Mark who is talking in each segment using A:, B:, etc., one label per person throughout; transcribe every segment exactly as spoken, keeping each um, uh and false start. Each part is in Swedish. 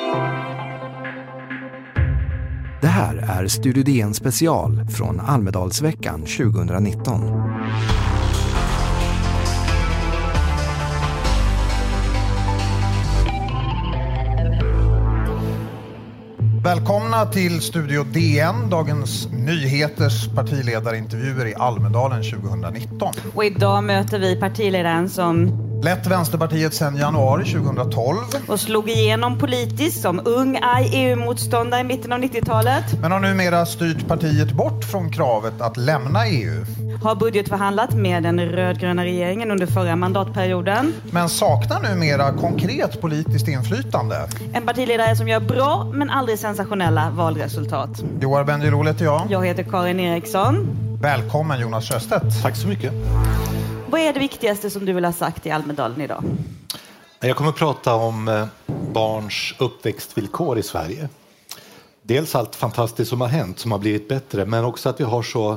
A: Det här är Studio D N special från Almedalsveckan tjugonitton.
B: Välkomna till Studio D N, Dagens Nyheters partiledarintervjuer i Almedalen tjugonitton.
C: Och idag möter vi partiledaren som
B: lett Vänsterpartiet sedan januari tjugotolv.
C: Och slog igenom politiskt som ung, arg E U-motståndare i mitten av nittiotalet.
B: Men har numera styrt partiet bort från kravet att lämna E U.
C: Har budgetförhandlat med den rödgröna regeringen under förra mandatperioden.
B: Men saknar numera konkret politiskt inflytande.
C: En partiledare som gör bra men aldrig sensationella valresultat.
B: Joar Bendjelloul heter jag.
C: Jag heter Karin Eriksson.
B: Välkommen Jonas Sjöstedt.
D: Tack så mycket.
C: Vad är det viktigaste som du vill ha sagt i Almedalen idag?
D: Jag kommer att prata om barns uppväxtvillkor i Sverige. Dels allt fantastiskt som har hänt, som har blivit bättre, men också att vi har så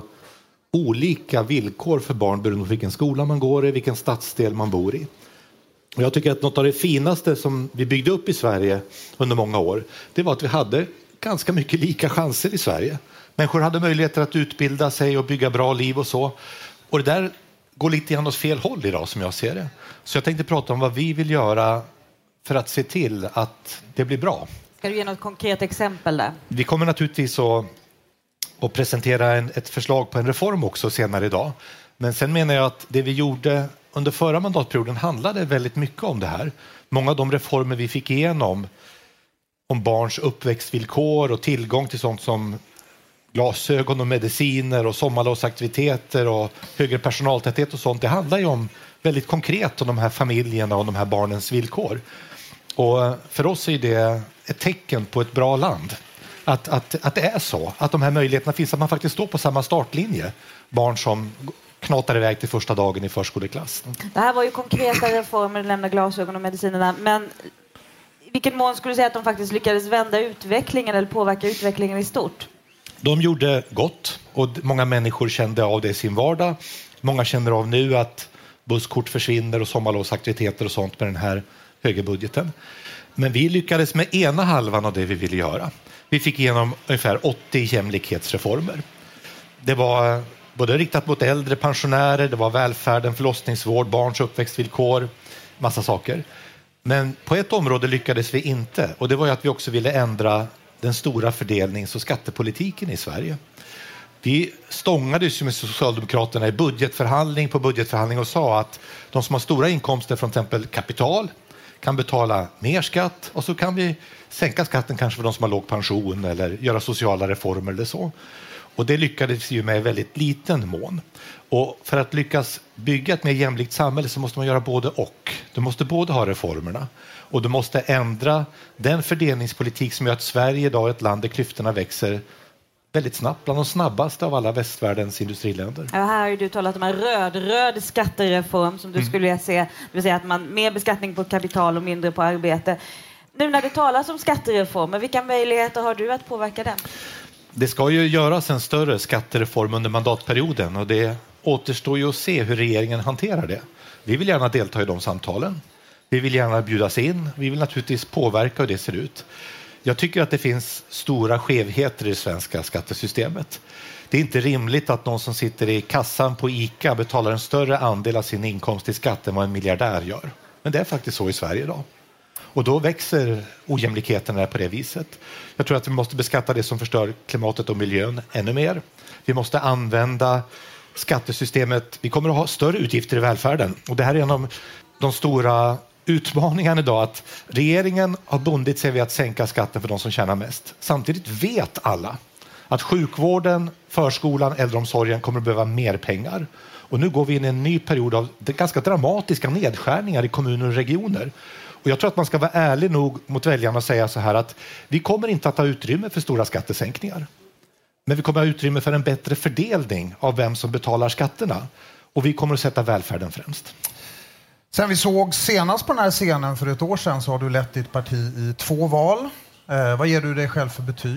D: olika villkor för barn beroende på vilken skola man går i, vilken stadsdel man bor i. Och jag tycker att något av det finaste som vi byggde upp i Sverige under många år, det var att vi hade ganska mycket lika chanser i Sverige. Människor hade möjligheter att utbilda sig och bygga bra liv och så. Och det där går lite grann åt fel håll idag som jag ser det. Så jag tänkte prata om vad vi vill göra för att se till att det blir bra.
C: Ska du ge något konkret exempel där?
D: Vi kommer naturligtvis att, att presentera en, ett förslag på en reform också senare idag. Men sen menar jag att det vi gjorde under förra mandatperioden handlade väldigt mycket om det här. Många av de reformer vi fick igenom om barns uppväxtvillkor och tillgång till sånt som glasögon och mediciner och sommarlovsaktiviteter och högre personaltäthet och sånt. Det handlar ju om väldigt konkret om de här familjerna och de här barnens villkor. Och för oss är det ett tecken på ett bra land. Att, att, att det är så. Att de här möjligheterna finns. Att man faktiskt står på samma startlinje. Barn som knatar iväg till första dagen i förskoleklass.
C: Det här var ju konkreta reformer, lämna glasögon och medicinerna. Men i vilken mån skulle du säga att de faktiskt lyckades vända utvecklingen eller påverka utvecklingen i stort?
D: De gjorde gott och många människor kände av det i sin vardag. Många känner av nu att busskort försvinner och sommarlovsaktiviteter och sånt med den här högerbudgeten. Men vi lyckades med ena halvan av det vi ville göra. Vi fick igenom ungefär åttio jämlikhetsreformer. Det var både riktat mot äldre pensionärer, det var välfärden, förlossningsvård, barns uppväxtvillkor, massa saker. Men på ett område lyckades vi inte och det var ju att vi också ville ändra den stora fördelnings- och skattepolitiken i Sverige. Vi stångades med Socialdemokraterna i budgetförhandling på budgetförhandling och sa att de som har stora inkomster från till exempel kapital kan betala mer skatt och så kan vi sänka skatten kanske för de som har låg pension eller göra sociala reformer eller så. Och det lyckades ju med väldigt liten mån. Och för att lyckas bygga ett mer jämlikt samhälle så måste man göra både och. Du måste både ha reformerna och du måste ändra den fördelningspolitik som gör att Sverige idag är ett land där klyftorna växer väldigt snabbt, bland de snabbaste av alla västvärldens industriländer.
C: Ja, här har ju du talat om en röd-röd skattereform som du mm. skulle vilja se, det vill säga att man mer beskattning på kapital och mindre på arbete. Nu när det talas om skattereformer, vilka möjligheter har du att påverka den?
D: Det ska ju göras en större skattereform under mandatperioden och det återstår ju att se hur regeringen hanterar det. Vi vill gärna delta i de samtalen. Vi vill gärna bjudas in. Vi vill naturligtvis påverka hur det ser ut. Jag tycker att det finns stora skevheter i det svenska skattesystemet. Det är inte rimligt att någon som sitter i kassan på ICA betalar en större andel av sin inkomst i skatt än vad en miljardär gör. Men det är faktiskt så i Sverige idag. Och då växer ojämlikheterna på det viset. Jag tror att vi måste beskatta det som förstör klimatet och miljön ännu mer. Vi måste använda skattesystemet. Vi kommer att ha större utgifter i välfärden. Och det här är en av de stora utmaningarna idag. Att regeringen har bundit sig vid att sänka skatten för de som tjänar mest. Samtidigt vet alla att sjukvården, förskolan, äldreomsorgen kommer att behöva mer pengar. Och nu går vi in i en ny period av ganska dramatiska nedskärningar i kommuner och regioner. Och jag tror att man ska vara ärlig nog mot väljarna och säga så här att vi kommer inte att ha utrymme för stora skattesänkningar. Men vi kommer att ha utrymme för en bättre fördelning av vem som betalar skatterna. Och vi kommer att sätta välfärden främst.
B: Sen vi såg senast på den här scenen för ett år sedan så har du lett ditt parti i två val. Eh, vad ger du dig själv för betyg?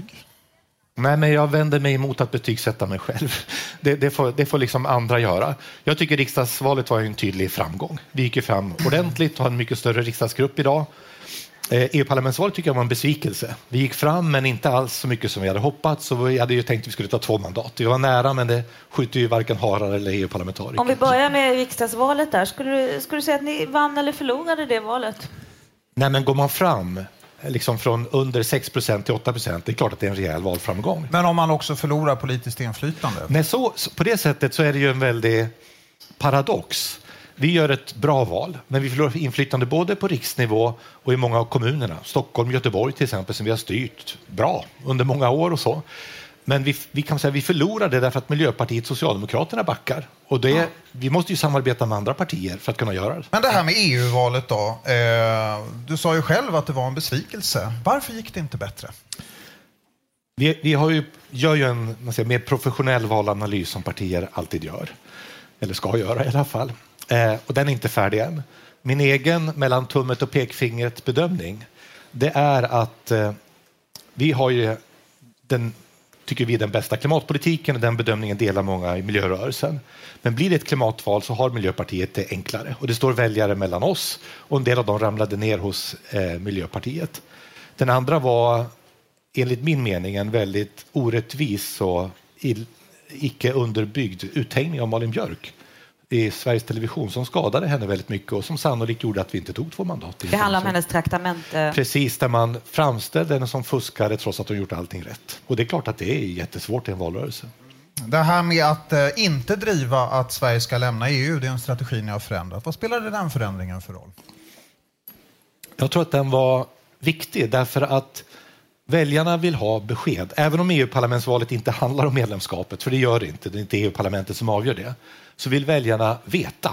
D: Nej, men jag vänder mig emot att betygsätta mig själv. Det, det, får, det får liksom andra göra. Jag tycker riksdagsvalet var en tydlig framgång. Vi gick ju fram ordentligt och har en mycket större riksdagsgrupp idag. E U-parlamentsvalet tycker jag var en besvikelse. Vi gick fram men inte alls så mycket som vi hade hoppats. Så vi hade ju tänkt att vi skulle ta två mandat. Vi var nära men det skjuter ju varken harar eller E U-parlamentariker.
C: Om vi börjar med riksdagsvalet där. Skulle du, skulle du säga att ni vann eller förlorade det valet?
D: Nej, men går man fram liksom från under sex procent till åtta procent, det är klart att det är en rejäl valframgång.
B: Men om man också förlorar politiskt inflytande?
D: Nej, så, på det sättet så är det ju en väldig paradox. Vi gör ett bra val, men vi förlorar inflytande både på riksnivå och i många av kommunerna. Stockholm, Göteborg till exempel, som vi har styrt bra under många år och så. Men vi, vi kan säga att vi förlorade därför att Miljöpartiet och Socialdemokraterna backar. Och det, ja. Vi måste ju samarbeta med andra partier för att kunna göra det.
B: Men det här med E U-valet då. Eh, du sa ju själv att det var en besvikelse. Varför gick det inte bättre?
D: Vi, vi har ju, gör ju en man säger, mer professionell valanalys som partier alltid gör. Eller ska göra i alla fall. Eh, och den är inte färdig än. Min egen mellan tummet och pekfingret bedömning, det är att eh, vi har ju den, tycker vi, den bästa klimatpolitiken och den bedömningen delar många i miljörörelsen. Men blir det ett klimatval så har Miljöpartiet det enklare. Och det står väljare mellan oss och en del av dem ramlade ner hos eh, Miljöpartiet. Den andra var enligt min mening en väldigt orättvis och ill, icke underbyggd uthängning av Malin Björk i Sveriges Television som skadade henne väldigt mycket och som sannolikt gjorde att vi inte tog två mandat.
C: Det handlar om hennes traktamente.
D: Precis, där man framställde henne som fuskare trots att hon gjort allting rätt. Och det är klart att det är jättesvårt i en valrörelse.
B: Det här med att eh, inte driva att Sverige ska lämna E U, det är en strategi ni har förändrat. Vad spelade den förändringen för roll?
D: Jag tror att den var viktig därför att väljarna vill ha besked. Även om E U-parlamentsvalet inte handlar om medlemskapet, för det gör det inte, det är inte E U-parlamentet som avgör det, så vill väljarna veta.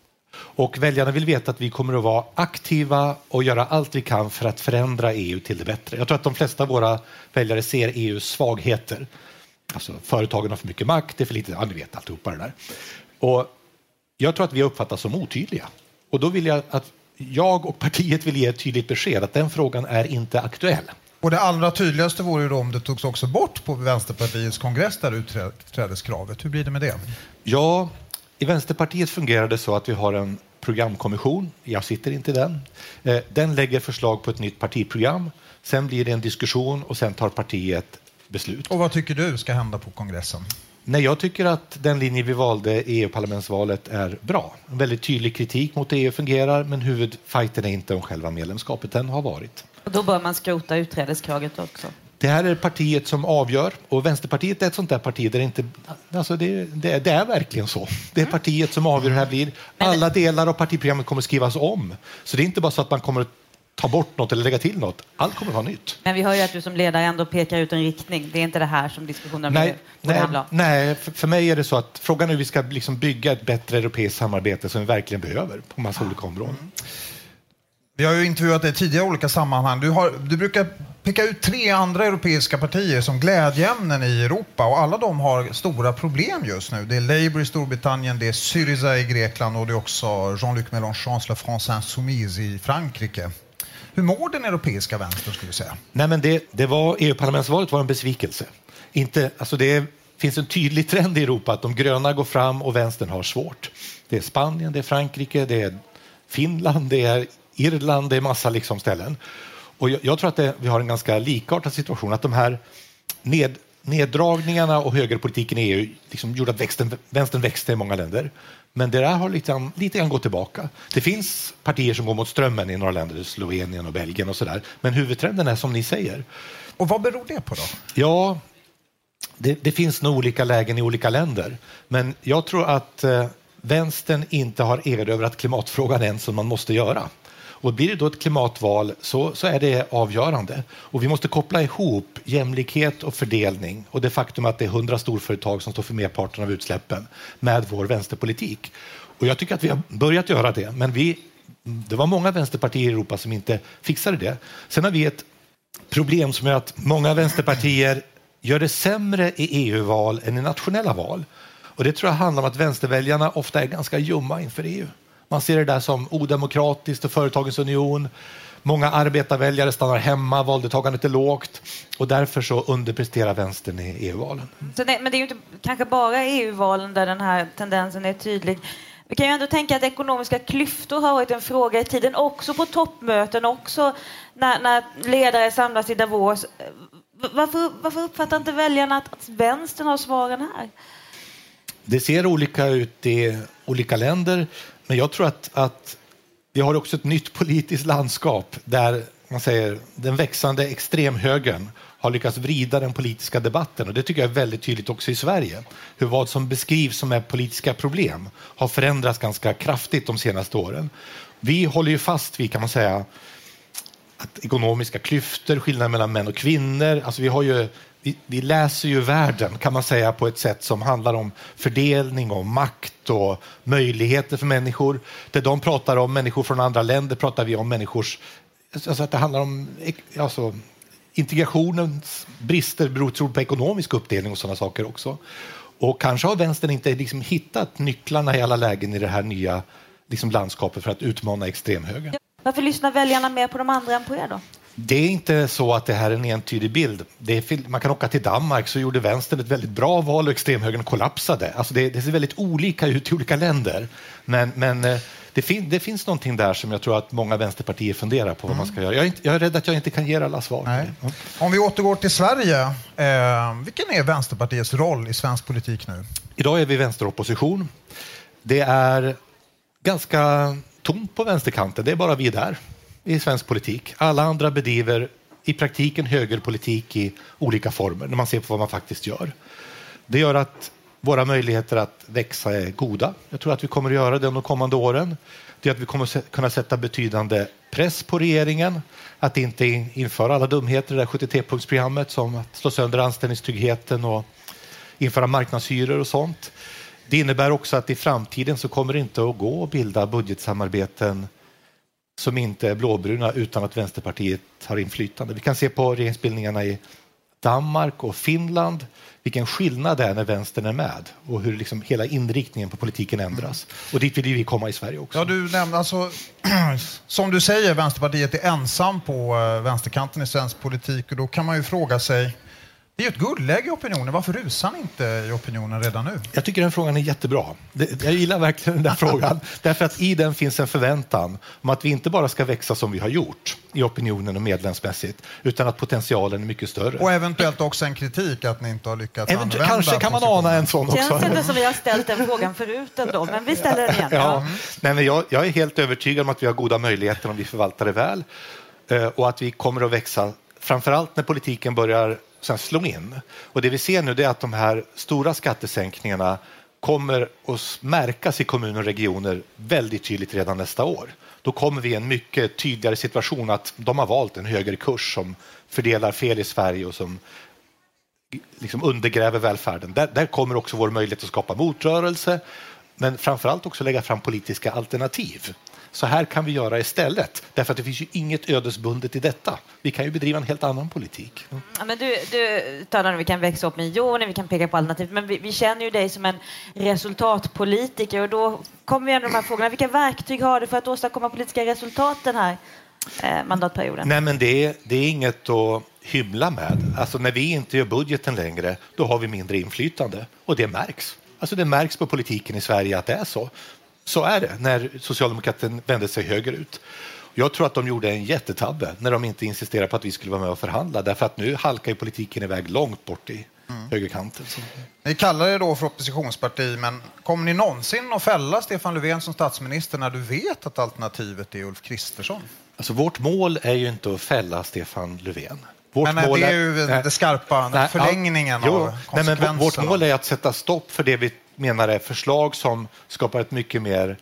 D: Och väljarna vill veta att vi kommer att vara aktiva och göra allt vi kan för att förändra E U till det bättre. Jag tror att de flesta av våra väljare ser E U:s svagheter. Alltså företagen har för mycket makt, det är för lite, ja, ni vet alltihopa det där. Och jag tror att vi uppfattas som otydliga. Och då vill jag att jag och partiet vill ge ett tydligt besked att den frågan är inte aktuell.
B: Och det allra tydligaste vore ju då om det togs också bort på Vänsterpartiets kongress där utträdeskravet. Hur blir det med det?
D: Ja, i Vänsterpartiet fungerar det så att vi har en programkommission. Jag sitter inte i den. Den lägger förslag på ett nytt partiprogram. Sen blir det en diskussion och sen tar partiet beslut.
B: Och vad tycker du ska hända på kongressen?
D: Nej, jag tycker att den linje vi valde i E U-parlamentsvalet är bra. En väldigt tydlig kritik mot E U fungerar, men huvudfighten är inte om själva medlemskapet. Den har varit.
C: Och då bör man skrota utträdeskravet också.
D: Det här är partiet som avgör, och Vänsterpartiet är ett sånt där parti där det inte, alltså det, det, det är verkligen så. Det är partiet som avgör hur det här blir. Alla delar av partiprogrammet kommer skrivas om. Så det är inte bara så att man kommer att ta bort något eller lägga till något. Allt kommer att vara nytt.
C: Men vi hör ju att du som ledare ändå pekar ut en riktning. Det är inte det här som diskussionen
D: nej,
C: borde
D: handla om. Nej, för, för mig är det så att frågan är hur vi ska liksom bygga ett bättre europeiskt samarbete som vi verkligen behöver på massa ah. olika områden. Mm.
B: Vi har ju intervjuat dig i tidigare olika sammanhang. Du, har, du brukar peka ut tre andra europeiska partier som glädjeämnen i Europa och alla de har stora problem just nu. Det är Labour i Storbritannien, det är Syriza i Grekland och det är också Jean-Luc Mélenchons La France Insoumise i Frankrike. Hur mår den europeiska vänstern skulle du säga?
D: Nej, men det, det var, E U-parlamentsvalet var en besvikelse. Inte, alltså det finns en tydlig trend i Europa att de gröna går fram och vänstern har svårt. Det är Spanien, det är Frankrike, det är Finland, det är Irland, det är massa liksom ställen. Och jag, jag tror att det, vi har en ganska likartad situation. Att de här ned, neddragningarna och högerpolitiken i E U liksom gjorde att växten, vänstern växte i många länder. Men det där har lite, lite grann gått tillbaka. Det finns partier som går mot strömmen i några länder, Slovenien och Belgien och sådär. Men huvudtrenden är som ni säger.
B: Och vad beror det på då?
D: Ja, det, det finns nog olika lägen i olika länder. Men jag tror att eh, vänstern inte har erövrat klimatfrågan än som man måste göra. Och blir det då ett klimatval så, så är det avgörande. Och vi måste koppla ihop jämlikhet och fördelning och det faktum att det är hundra storföretag som står för merparten av utsläppen med vår vänsterpolitik. Och jag tycker att vi har börjat göra det, men vi, det var många vänsterpartier i Europa som inte fixade det. Sen har vi ett problem som är att många vänsterpartier gör det sämre i E U-val än i nationella val. Och det tror jag handlar om att vänsterväljarna ofta är ganska ljumma inför E U. Man ser det där som odemokratiskt och företagens union. Många arbetarväljare stannar hemma, valdeltagandet är lågt och därför så underpresterar vänstern i E U-valen.
C: Så nej, men det är ju inte kanske bara E U-valen där den här tendensen är tydlig. Vi kan ju ändå tänka att ekonomiska klyftor har varit en fråga i tiden, också på toppmöten, också när, när ledare samlas i Davos. Varför, varför uppfattar inte väljarna att, att vänstern har svaren här?
D: Det ser olika ut i olika länder, men jag tror att, att vi har också ett nytt politiskt landskap där man säger, den växande extremhögern har lyckats vrida den politiska debatten, och det tycker jag är väldigt tydligt också i Sverige. Hur vad som beskrivs som är politiska problem har förändrats ganska kraftigt de senaste åren. Vi håller ju fast vid, kan man säga, att ekonomiska klyftor, skillnader mellan män och kvinnor, alltså vi har ju vi, vi läser ju världen, kan man säga, på ett sätt som handlar om fördelning och makt och möjligheter för människor. Det de pratar om människor från andra länder pratar vi om människors, alltså att det handlar om alltså, integrationens brister beror tror på ekonomisk uppdelning och sådana saker också. Och kanske har vänstern inte liksom hittat nycklarna i alla lägen i det här nya liksom, landskapet för att utmana extremhögern.
C: Varför lyssnar väljarna mer på de andra än på er då?
D: Det är inte så att det här är en entydig bild. Det är, man kan åka till Danmark, så gjorde vänstern ett väldigt bra val och extremhögern kollapsade. Alltså det, det ser väldigt olika ut i olika länder. Men, men det, fin, det finns någonting där som jag tror att många vänsterpartier funderar på vad mm. man ska göra. Jag är, inte, jag är rädd att jag inte kan ge alla svar.
B: Nej. Om vi återgår till Sverige, eh, vilken är Vänsterpartiets roll i svensk politik nu?
D: Idag är vi vänsteropposition. Det är ganska tomt på vänsterkanten. Det är bara vi där i svensk politik. Alla andra bedriver i praktiken högerpolitik i olika former när man ser på vad man faktiskt gör. Det gör att våra möjligheter att växa är goda. Jag tror att vi kommer att göra det de kommande åren. Det gör att vi kommer att kunna sätta betydande press på regeringen att inte införa alla dumheter i det där sjuttio-punktsprogrammet som att slå sönder anställningstryggheten och införa marknadshyror och sånt. Det innebär också att i framtiden så kommer det inte att gå att bilda budgetsamarbeten som inte är blåbruna utan att Vänsterpartiet har inflytande. Vi kan se på regeringsbildningarna i Danmark och Finland vilken skillnad det är när vänstern är med och hur liksom hela inriktningen på politiken ändras. Och dit vill vi komma i Sverige också.
B: Ja, du nämnde alltså, som du säger, Vänsterpartiet är ensam på vänsterkanten i svensk politik, och då kan man ju fråga sig, det är ju ett guldläge i opinionen. Varför rusar ni inte i opinionen redan nu?
D: Jag tycker den frågan är jättebra. Jag gillar verkligen den där frågan. Därför att i den finns en förväntan om att vi inte bara ska växa som vi har gjort i opinionen och medlemsmässigt, utan att potentialen är mycket större.
B: Och eventuellt också en kritik att ni inte har lyckats
D: Eventu-
B: använda.
D: Kanske kan man ana en sån också.
C: Känns inte som vi har ställt den frågan förut ändå, men vi ställer den igen.
D: Ja. Ja. Nej, men jag, jag är helt övertygad om att vi har goda möjligheter om vi förvaltar det väl. Och att vi kommer att växa, framförallt när politiken börjar sen slå in. Och det vi ser nu är att de här stora skattesänkningarna kommer att märkas i kommuner och regioner väldigt tydligt redan nästa år. Då kommer vi i en mycket tydligare situation att de har valt en högre kurs som fördelar fel i Sverige och som liksom undergräver välfärden. Där, där kommer också vår möjlighet att skapa motrörelse, men framförallt också lägga fram politiska alternativ. Så här kan vi göra istället. Därför att det finns ju inget ödesbundet i detta. Vi kan ju bedriva en helt annan politik. Mm.
C: Ja, men du, du talar om att vi kan växa upp miljoner, vi kan peka på alternativ. Men vi, vi känner ju dig som en resultatpolitiker. Och då kommer vi ändå de här frågorna. Vilka verktyg har du för att åstadkomma politiska resultat den här eh, mandatperioden?
D: Nej, men det är, det är inget att hymla med. Alltså när vi inte gör budgeten längre, då har vi mindre inflytande. Och det märks. Alltså det märks på politiken i Sverige att det är så. Så är det när socialdemokratin vände sig högerut. Jag tror att de gjorde en jättetabbe när de inte insisterade på att vi skulle vara med och förhandla. Därför att nu halkar ju politiken iväg långt bort i mm. högerkanten. Så.
B: Ni kallar det då för oppositionsparti, men kommer ni någonsin att fälla Stefan Löfven som statsminister när du vet att alternativet är Ulf Kristersson?
D: Alltså vårt mål är ju inte att fälla Stefan Löfven. Vårt
B: men
D: mål
B: det är ju
D: är,
B: det skarpa
D: nej,
B: förlängningen
D: ja,
B: av konsekvenserna.
D: Nej, men vårt mål är att sätta stopp för det vi menar är förslag som skapar ett mycket mer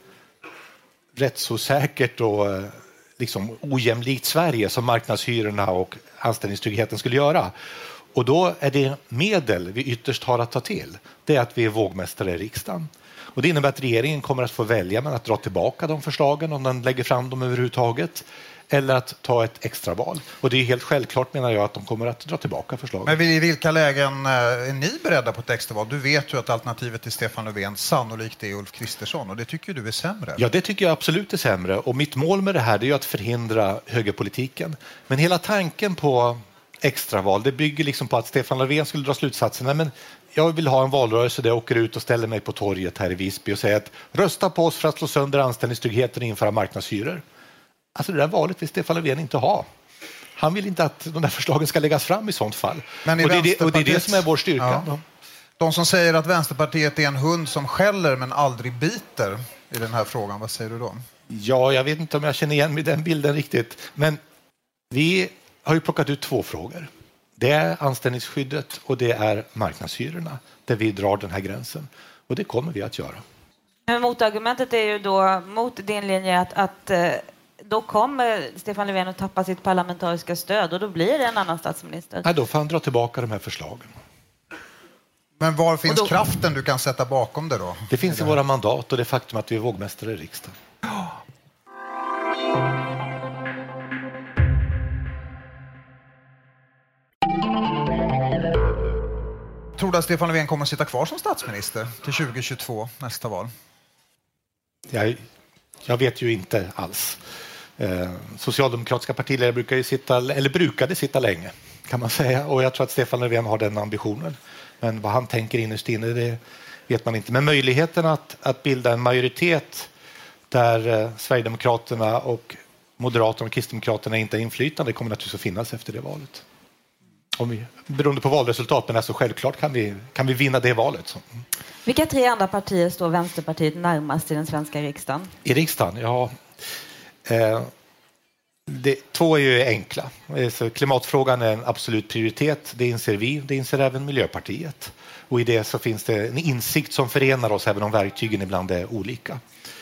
D: rättsosäkert och liksom ojämlikt Sverige som marknadshyrorna och anställningstryggheten skulle göra. Och då är det medel vi ytterst har att ta till. Det är att vi är vågmästare i riksdagen. Och det innebär att regeringen kommer att få välja mellan att dra tillbaka de förslagen om den lägger fram dem överhuvudtaget, eller att ta ett extraval. Och det är helt självklart, menar jag, att de kommer att dra tillbaka förslagen.
B: Men i vilka lägen är ni beredda på ett extraval? Du vet ju att alternativet till Stefan Löfven sannolikt är Ulf Kristersson, och det tycker du är sämre.
D: Ja, det tycker jag absolut är sämre. Och mitt mål med det här är ju att förhindra högerpolitiken. Men hela tanken på extraval. Det bygger liksom på att Stefan Löfven skulle dra slutsatsen. Men jag vill ha en valrörelse där jag åker ut och ställer mig på torget här i Visby och säger att rösta på oss för att slå sönder anställningstryggheten och införa marknadshyror. Alltså det där valet vill Stefan Löfven inte ha. Han vill inte att de där förslagen ska läggas fram i sånt fall. Men och, det är det, och det är det som är vår styrka. Ja.
B: De som säger att Vänsterpartiet är en hund som skäller men aldrig biter i den här frågan, vad säger du då?
D: Ja, jag vet inte om jag känner igen mig den bilden riktigt. Men vi har ju plockat ut två frågor. Det är anställningsskyddet och det är marknadshyrorna där vi drar den här gränsen. Och det kommer vi att göra.
C: Men motargumentet är ju då mot din linje att, att då kommer Stefan Löfven att tappa sitt parlamentariska stöd och då blir det en annan statsminister.
D: Nej, då får han dra tillbaka de här förslagen.
B: Men var finns då kraften du kan sätta bakom det då?
D: Det finns i våra mandat och det faktum att vi är vågmästare i riksdagen.
B: Tror du att Stefan Löfven kommer att sitta kvar som statsminister till tjugo tjugotvå, nästa val?
D: Jag, jag vet ju inte alls. Eh, socialdemokratiska partiledare brukar ju sitta, eller brukade sitta länge, kan man säga. Och jag tror att Stefan Löfven har den ambitionen. Men vad han tänker innerst inne, det vet man inte. Men möjligheten att, att bilda en majoritet där eh, Sverigedemokraterna och Moderaterna och Kristdemokraterna inte är inflytande kommer naturligtvis att finnas efter det valet. Om vi, beroende på valresultat, men alltså självklart kan vi, kan vi vinna det valet. Så.
C: Vilka tre andra partier står Vänsterpartiet närmast i den svenska riksdagen?
D: I riksdagen, ja. Eh, det, två är ju enkla. Så klimatfrågan är en absolut prioritet. Det inser vi, det inser även Miljöpartiet. Och i det så finns det en insikt som förenar oss även om verktygen ibland är olika.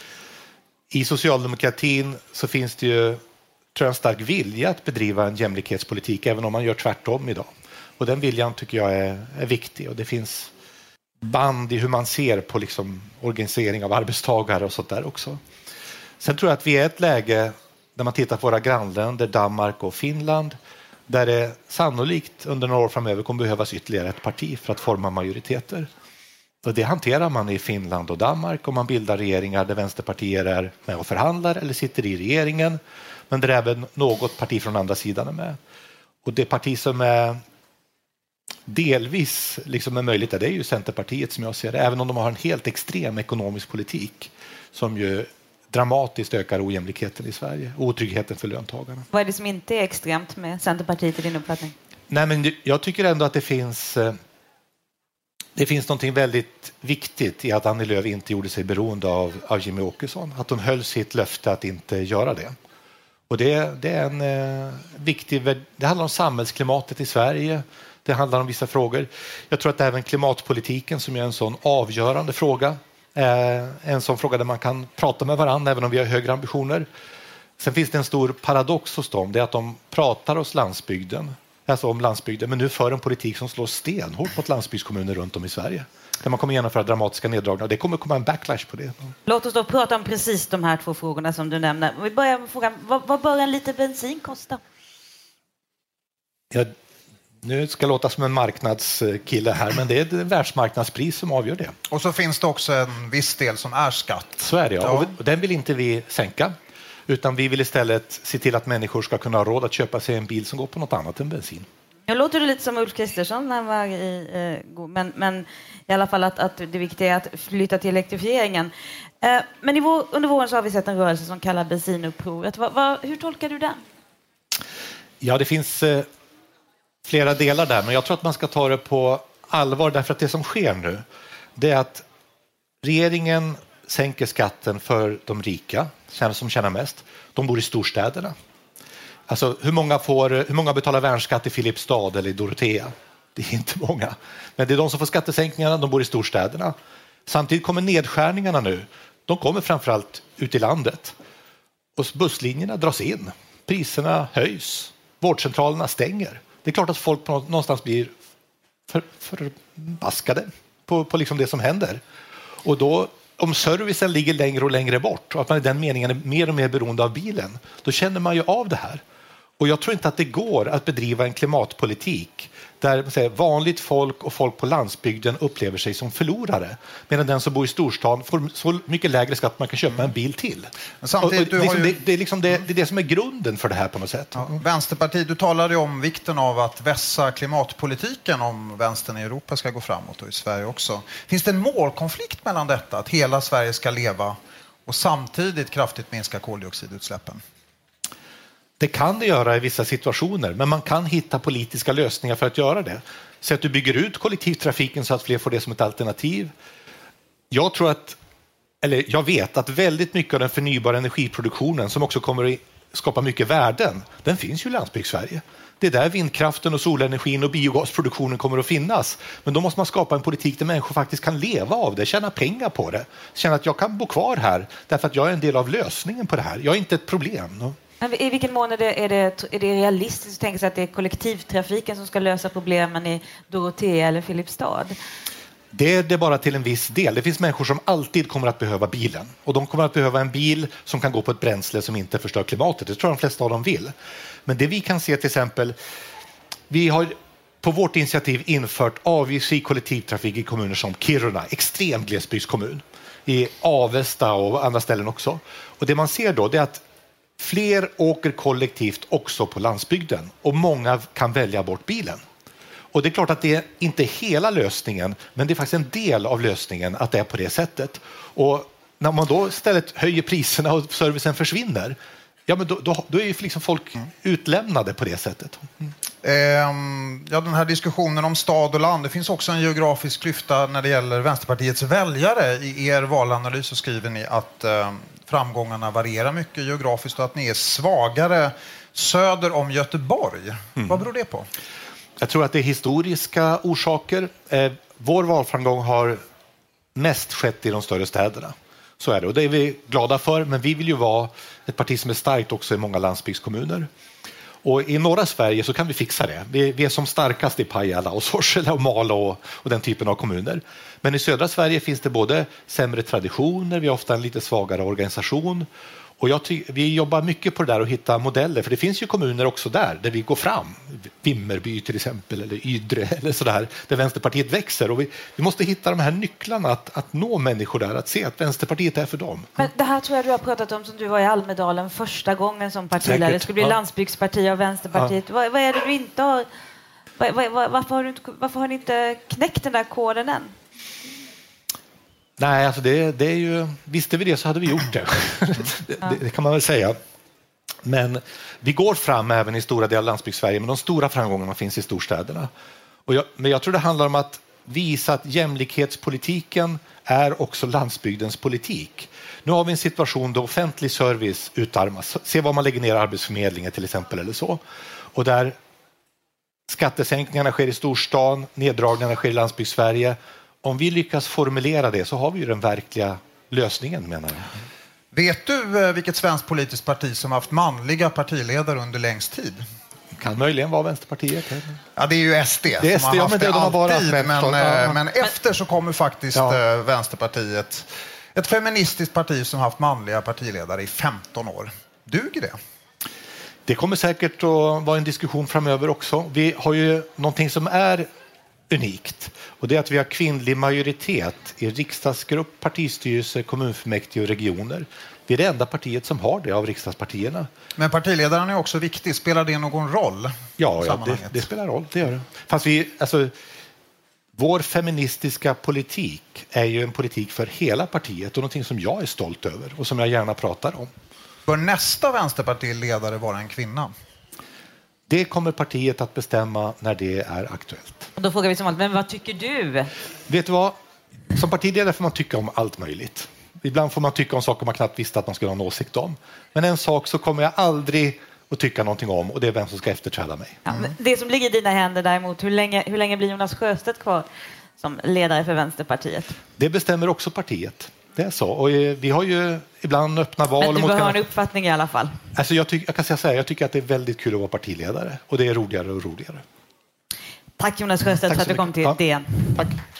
D: I socialdemokratin så finns det ju, tror jag, en stark vilja att bedriva en jämlikhetspolitik även om man gör tvärtom idag. Och den viljan tycker jag är, är viktig och det finns band i hur man ser på liksom organisering av arbetstagare och sånt där också. Sen tror jag att vi är ett läge där man tittar på våra grannländer, Danmark och Finland, där det sannolikt under några år framöver kommer behövas ytterligare ett parti för att forma majoriteter. Och det hanterar man i Finland och Danmark och man bildar regeringar där vänsterpartier är med och förhandlar eller sitter i regeringen, men där även något parti från andra sidan är med. Och det parti som är delvis liksom är möjligt, det är ju Centerpartiet som jag ser det, även om de har en helt extrem ekonomisk politik som ju dramatiskt ökar ojämlikheten i Sverige och otryggheten för löntagarna.
C: Vad är det som inte är extremt med Centerpartiet i din uppfattning?
D: Nej, men jag tycker ändå att det finns det finns något väldigt viktigt i att Annie Lööf inte gjorde sig beroende av, av Jimmie Åkesson, att hon höll sitt löfte att inte göra det. Och det, det är en eh, viktig, det handlar om samhällsklimatet i Sverige. Det handlar om vissa frågor. Jag tror att även klimatpolitiken som är en sån avgörande fråga är en sån fråga där man kan prata med varandra även om vi har högre ambitioner. Sen finns det en stor paradox hos dem. Det är att de pratar hos landsbygden, alltså om landsbygden, men nu för en politik som slår stenhårt mot landsbygdskommuner runt om i Sverige. Där man kommer genomföra dramatiska neddragningar. Det kommer komma en backlash på det.
C: Låt oss då prata om precis de här två frågorna som du nämner. Vi börjar med frågan, vad, vad bör en liter bensin kosta?
D: Ja, nu ska jag låta som en marknadskille här, men det är ett världsmarknadspris som avgör det.
B: Och så finns det också en viss del som är skatt.
D: Så är det, ja. Ja. Och den vill inte vi sänka, utan vi vill istället se till att människor ska kunna ha råd att köpa sig en bil som går på något annat än bensin.
C: Jag låter det lite som Ulf Kristersson när han var i, eh, men, men i alla fall att, att det viktiga är att flytta till elektrifieringen. Eh, men i vår, under våren så har vi sett en rörelse som kallar bensinupproret. Va, va, hur tolkar du den?
D: Ja, det finns eh, flera delar där, men jag tror att man ska ta det på allvar därför att det som sker nu, det är att regeringen sänker skatten för de rika, som tjänar mest. De bor i storstäderna. Alltså, hur många, får, hur många betalar värnskatt i Filipstad eller i Dorotea? Det är inte många. Men det är de som får skattesänkningarna, de bor i storstäderna. Samtidigt kommer nedskärningarna nu. De kommer framförallt ut i landet. Och busslinjerna dras in. Priserna höjs. Vårdcentralerna stänger. Det är klart att folk någonstans blir för, förbaskade på, på liksom det som händer. Och då, om servicen ligger längre och längre bort och att man i den meningen är mer och mer beroende av bilen, då känner man ju av det här. Och jag tror inte att det går att bedriva en klimatpolitik där säger, vanligt folk och folk på landsbygden upplever sig som förlorare. Medan den som bor i storstan får så mycket lägre skatt man kan köpa en bil till.
B: Men samtidigt,
D: och, och,
B: du har
D: liksom,
B: ju...
D: det, det, är liksom det, det är det som är grunden för det här på något sätt.
B: Ja, Vänsterpartiet, du talade ju om vikten av att vässa klimatpolitiken om vänstern i Europa ska gå framåt och i Sverige också. Finns det en målkonflikt mellan detta, att hela Sverige ska leva och samtidigt kraftigt minska koldioxidutsläppen?
D: Det kan det göra i vissa situationer, men man kan hitta politiska lösningar för att göra det. Så att du bygger ut kollektivtrafiken så att fler får det som ett alternativ. Jag tror att, eller jag vet att väldigt mycket av den förnybara energiproduktionen som också kommer att skapa mycket värden, den finns ju i landsbygds-Sverige. Det är där vindkraften och solenergin och biogasproduktionen kommer att finnas. Men då måste man skapa en politik där människor faktiskt kan leva av det, tjäna pengar på det. Känna att jag kan bo kvar här därför att jag är en del av lösningen på det här. Jag är inte ett problem.
C: I vilken mån är det, är, det, är det realistiskt att tänka sig att det är kollektivtrafiken som ska lösa problemen i Dorotea eller Filipstad?
D: Det är det bara till en viss del. Det finns människor som alltid kommer att behöva bilen. Och de kommer att behöva en bil som kan gå på ett bränsle som inte förstör klimatet. Det tror jag de flesta av dem vill. Men det vi kan se till exempel, vi har på vårt initiativ infört avgiftsfri kollektivtrafik i kommuner som Kiruna, extrem glesbygdskommun, i Avesta och andra ställen också. Och det man ser då det är att fler åker kollektivt också på landsbygden och många kan välja bort bilen. Och det är klart att det är inte hela lösningen, men det är faktiskt en del av lösningen att det är på det sättet. Och när man då istället höjer priserna och servicen försvinner, ja, men då, då, då är ju liksom folk utlämnade på det sättet. Mm.
B: Um, ja, den här diskussionen om stad och land, det finns också en geografisk klyfta när det gäller Vänsterpartiets väljare. I er valanalys så skriver ni att um, framgångarna varierar mycket geografiskt och att ni är svagare söder om Göteborg. Mm. Vad beror det på?
D: Jag tror att det är historiska orsaker. Eh, vår valframgång har mest skett i de större städerna. Så är det, och det är vi glada för, men vi vill ju vara ett parti som är starkt också i många landsbygdskommuner. Och i norra Sverige så kan vi fixa det. Vi, vi är som starkast i Pajala och Sorsele och Malå och, och den typen av kommuner. Men i södra Sverige finns det både sämre traditioner, vi har ofta en lite svagare organisation. Och jag ty- vi jobbar mycket på det där och hitta modeller, för det finns ju kommuner också där, där vi går fram. Vimmerby till exempel, eller Ydre eller sådär, där Vänsterpartiet växer. Och vi, vi måste hitta de här nycklarna att, att nå människor där, att se att Vänsterpartiet är för dem.
C: Men det här tror jag du har pratat om som du var i Almedalen första gången som partiledare. Det skulle bli
D: ja.
C: landsbygdsparti av Vänsterpartiet. Ja. Vad, vad är det du inte har... Vad, vad, varför, har du inte varför har ni inte knäckt den där koden än?
D: Nej, alltså det, det är ju, visste vi det så hade vi gjort det. det, det kan man väl säga. Men vi går fram även i stora delar av landsbygdssverige, men de stora framgångarna finns i storstäderna. Och jag, men jag tror det handlar om att visa att jämlikhetspolitiken är också landsbygdens politik. Nu har vi en situation där offentlig service utarmas. Se vad man lägger ner Arbetsförmedlingen till exempel eller så. Och där skattesänkningarna sker i storstan, neddragningarna sker i landsbygdssverige. Om vi lyckas formulera det så har vi ju den verkliga lösningen, menar jag.
B: Vet du vilket svenskt politiskt parti som har haft manliga partiledare under längst tid?
D: Kan möjligen vara Vänsterpartiet.
B: Ja, det är ju S D
D: det är
B: som
D: S D,
B: har haft
D: ja, men det,
B: det
D: de har bara
B: alltid. Men,
D: ja.
B: men efter så kommer faktiskt ja. Vänsterpartiet, ett feministiskt parti som har haft manliga partiledare i femton år. Duger det?
D: Det kommer säkert att vara en diskussion framöver också. Vi har ju någonting som är unikt. Och det är att vi har kvinnlig majoritet i riksdagsgrupp, partistyrelse, kommunfullmäktige och regioner. Vi är det enda partiet som har det av riksdagspartierna.
B: Men partiledaren är också viktig. Spelar det någon roll?
D: Ja, ja det, det spelar roll. Det gör det. Fast vi, alltså, vår feministiska politik är ju en politik för hela partiet och någonting som jag är stolt över och som jag gärna pratar om.
B: Bör nästa vänsterpartiledare vara en kvinna?
D: Det kommer partiet att bestämma när det är aktuellt.
C: Och då frågar vi som alltid, men vad tycker du?
D: Vet du vad? Som partiledare får man tycka om allt möjligt. Ibland får man tycka om saker man knappt visste att man skulle ha en åsikt om. Men en sak så kommer jag aldrig att tycka någonting om, och det är vem som ska efterträda mig.
C: Ja, men det som ligger i dina händer däremot, hur länge, hur länge blir Jonas Sjöstedt kvar som ledare för Vänsterpartiet?
D: Det bestämmer också partiet. Det är så. Och vi har ju ibland öppna val.
C: Men du
D: mot
C: behöver
D: kan...
C: en uppfattning i alla fall.
D: Alltså jag, tyck, jag kan säga så här, jag tycker att det är väldigt kul att vara partiledare. Och det är roligare och roligare.
C: Tack Jonas Sjöstedt för att du kom till
D: ja.
C: D N.
D: Tack.